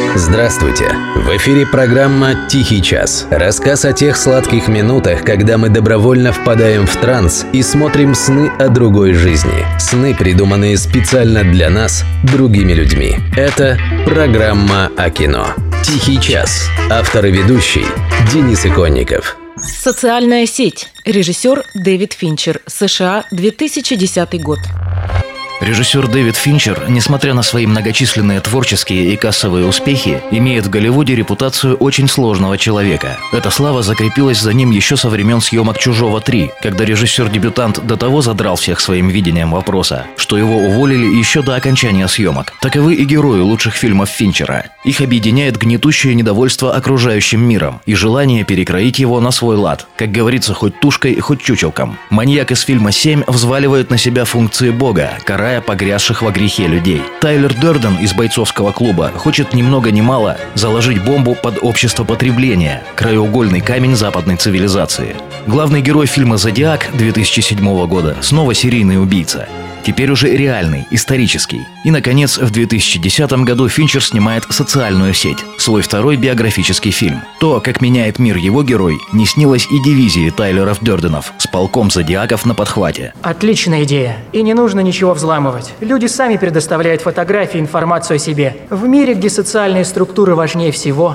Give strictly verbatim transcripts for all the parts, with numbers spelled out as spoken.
Здравствуйте! В эфире программа «Тихий час». Рассказ о тех сладких минутах, когда мы добровольно впадаем в транс и смотрим сны о другой жизни. Сны, придуманные специально для нас, другими людьми. Это программа о кино. «Тихий час». Автор и ведущий Денис Иконников. Социальная сеть. Режиссер Дэвид Финчер. США, две тысячи десятый год. Режиссер Дэвид Финчер, несмотря на свои многочисленные творческие и кассовые успехи, имеет в Голливуде репутацию очень сложного человека. Эта слава закрепилась за ним еще со времен съемок «Чужого три», когда режиссер-дебютант до того задрал всех своим видением вопроса, что его уволили еще до окончания съемок. Таковы и герои лучших фильмов Финчера. Их объединяет гнетущее недовольство окружающим миром и желание перекроить его на свой лад, как говорится, хоть тушкой, хоть чучелком. Маньяк из фильма «Семь» взваливает на себя функции бога, карая погрязших во грехе людей. Тайлер Дерден из бойцовского клуба хочет ни много ни мало заложить бомбу под общество потребления, краеугольный камень западной цивилизации. Главный герой фильма «Зодиак» две тысячи седьмого года снова серийный убийца. Теперь уже реальный, исторический. И, наконец, в две тысячи десятом году Финчер снимает «Социальную сеть», свой второй биографический фильм. То, как меняет мир его герой, не снилось и дивизии Тайлеров Дерденов с полком зодиаков на подхвате. Отличная идея. И не нужно ничего взламывать. Люди сами предоставляют фотографии и информацию о себе. В мире, где социальные структуры важнее всего,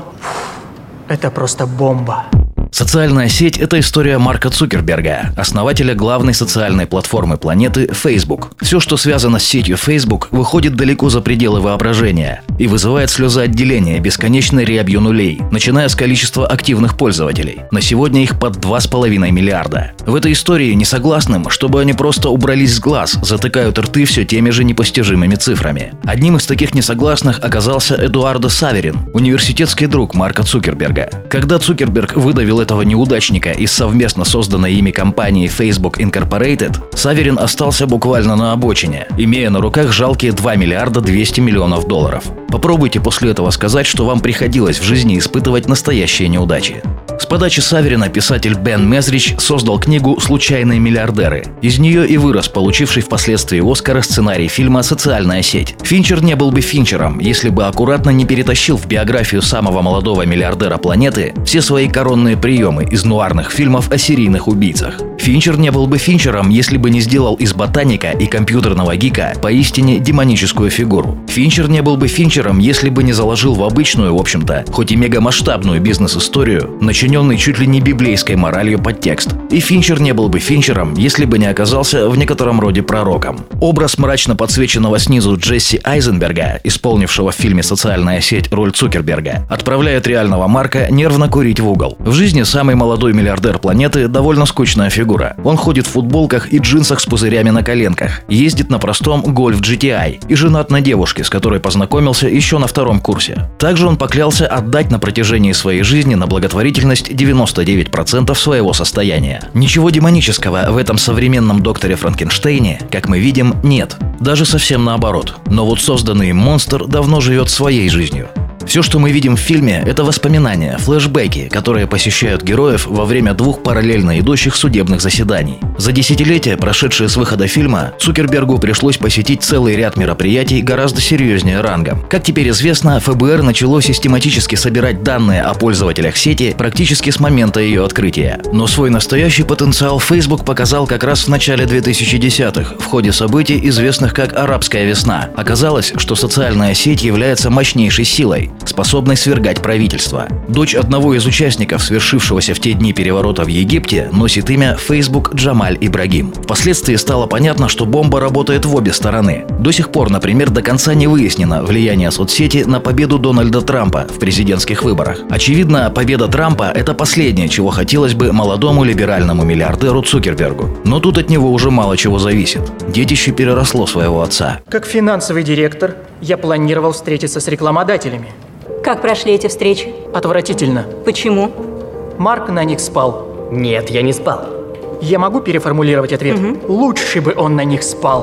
это просто бомба. «Социальная сеть» — это история Марка Цукерберга, основателя главной социальной платформы планеты Facebook. Все, что связано с сетью Facebook, выходит далеко за пределы воображения и вызывает слезоотделение бесконечной рябью нулей, начиная с количества активных пользователей. На сегодня их под два с половиной миллиарда. В этой истории несогласным, чтобы они просто убрались с глаз, затыкают рты все теми же непостижимыми цифрами. Одним из таких несогласных оказался Эдуардо Саверин, университетский друг Марка Цукерберга. Когда Цукерберг выдавил этого неудачника из совместно созданной ими компании Facebook Incorporated, Саверин остался буквально на обочине, имея на руках жалкие два миллиарда двести миллионов долларов. Попробуйте после этого сказать, что вам приходилось в жизни испытывать настоящие неудачи. С подачи Саверина писатель Бен Мезрич создал книгу «Случайные миллиардеры». Из нее и вырос получивший впоследствии Оскара сценарий фильма «Социальная сеть». Финчер не был бы Финчером, если бы аккуратно не перетащил в биографию самого молодого миллиардера планеты все свои коронные приемы из нуарных фильмов о серийных убийцах. Финчер не был бы Финчером, если бы не сделал из ботаника и компьютерного гика поистине демоническую фигуру. Финчер не был бы Финчером, если бы не заложил в обычную, в общем-то, хоть и мегамасштабную бизнес-историю, начиненный чуть ли не библейской моралью подтекст. И Финчер не был бы Финчером, если бы не оказался в некотором роде пророком. Образ мрачно подсвеченного снизу Джесси Айзенберга, исполнившего в фильме «Социальная сеть» роль Цукерберга, отправляет реального Марка нервно курить в угол. В жизни самый молодой миллиардер планеты довольно скучная фигура. Он ходит в футболках и джинсах с пузырями на коленках, ездит на простом Golf джи ти ай и женат на девушке, с которой познакомился еще на втором курсе. Также он поклялся отдать на протяжении своей жизни на благотворительность девяносто девять процентов своего состояния. Ничего демонического в этом современном докторе Франкенштейне, как мы видим, нет. Даже совсем наоборот. Но вот созданный им монстр давно живет своей жизнью. Все, что мы видим в фильме, это воспоминания, флешбеки, которые посещают героев во время двух параллельно идущих судебных заседаний. За десятилетия, прошедшие с выхода фильма, Цукербергу пришлось посетить целый ряд мероприятий гораздо серьезнее рангом. Как теперь известно, эф бэ эр начало систематически собирать данные о пользователях сети практически с момента ее открытия. Но свой настоящий потенциал Facebook показал как раз в начале две тысячи десятых, в ходе событий, известных как «Арабская весна». Оказалось, что социальная сеть является мощнейшей силой, способной свергать правительство. Дочь одного из участников свершившегося в те дни переворота в Египте носит имя Facebook Джамаль Ибрагим. Впоследствии стало понятно, что бомба работает в обе стороны. До сих пор, например, до конца не выяснено влияние соцсети на победу Дональда Трампа в президентских выборах. Очевидно, победа Трампа – это последнее, чего хотелось бы молодому либеральному миллиардеру Цукербергу. Но тут от него уже мало чего зависит. Детище переросло своего отца. Как финансовый директор, я планировал встретиться с рекламодателями. Как прошли эти встречи? Отвратительно. Почему? Марк на них спал. Нет, я не спал. Я могу переформулировать ответ? Угу. Лучше бы он на них спал.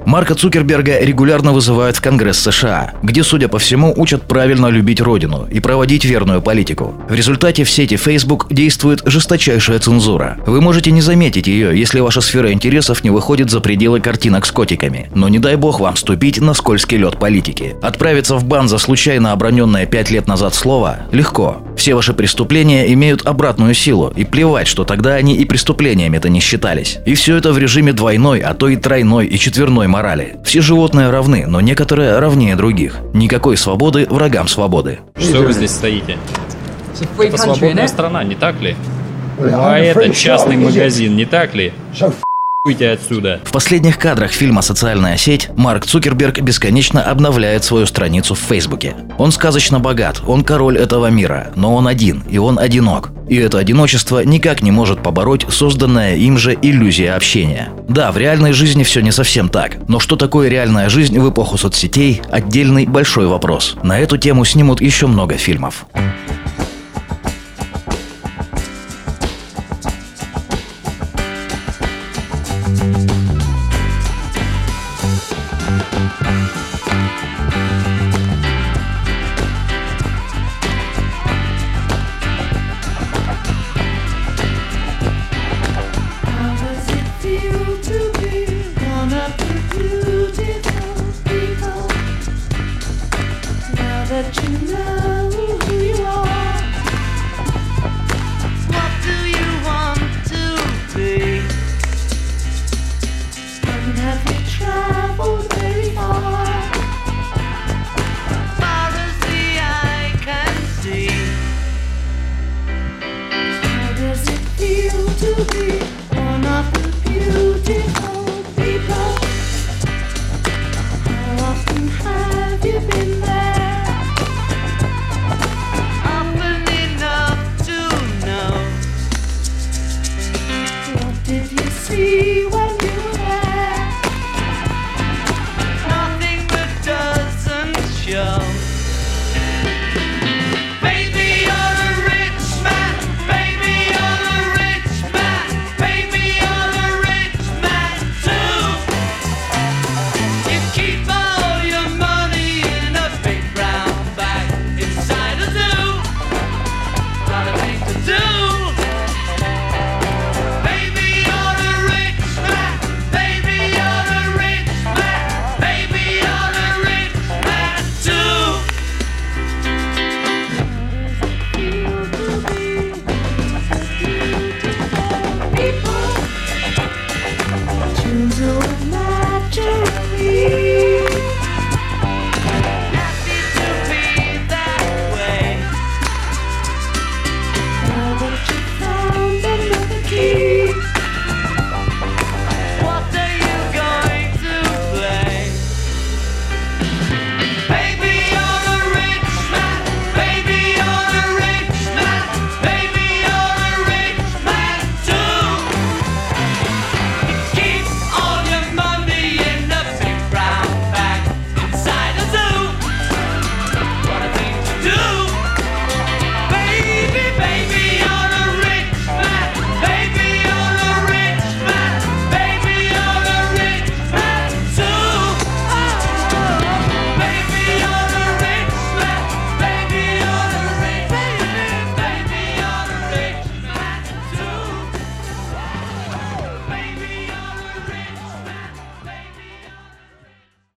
Марка Цукерберга регулярно вызывают в Конгресс США, где, судя по всему, учат правильно любить родину и проводить верную политику. В результате в сети Facebook действует жесточайшая цензура. Вы можете не заметить ее, если ваша сфера интересов не выходит за пределы картинок с котиками. Но не дай бог вам ступить на скользкий лед политики. Отправиться в бан за случайно оброненное пять лет назад слово легко. Все ваши преступления имеют обратную силу, и плевать, что тогда они и преступлениями-то не считались. И все это в режиме двойной, а то и тройной и четверной морали. Все животные равны, но некоторые равнее других. Никакой свободы врагам свободы. Что вы здесь стоите? Это свободная страна, не так ли? А это частный магазин, не так ли? Уйдите отсюда. В последних кадрах фильма «Социальная сеть» Марк Цукерберг бесконечно обновляет свою страницу в Фейсбуке. Он сказочно богат, он король этого мира, но он один, и он одинок. И это одиночество никак не может побороть созданная им же иллюзия общения. Да, в реальной жизни все не совсем так, но что такое реальная жизнь в эпоху соцсетей – отдельный большой вопрос. На эту тему снимут еще много фильмов. That you know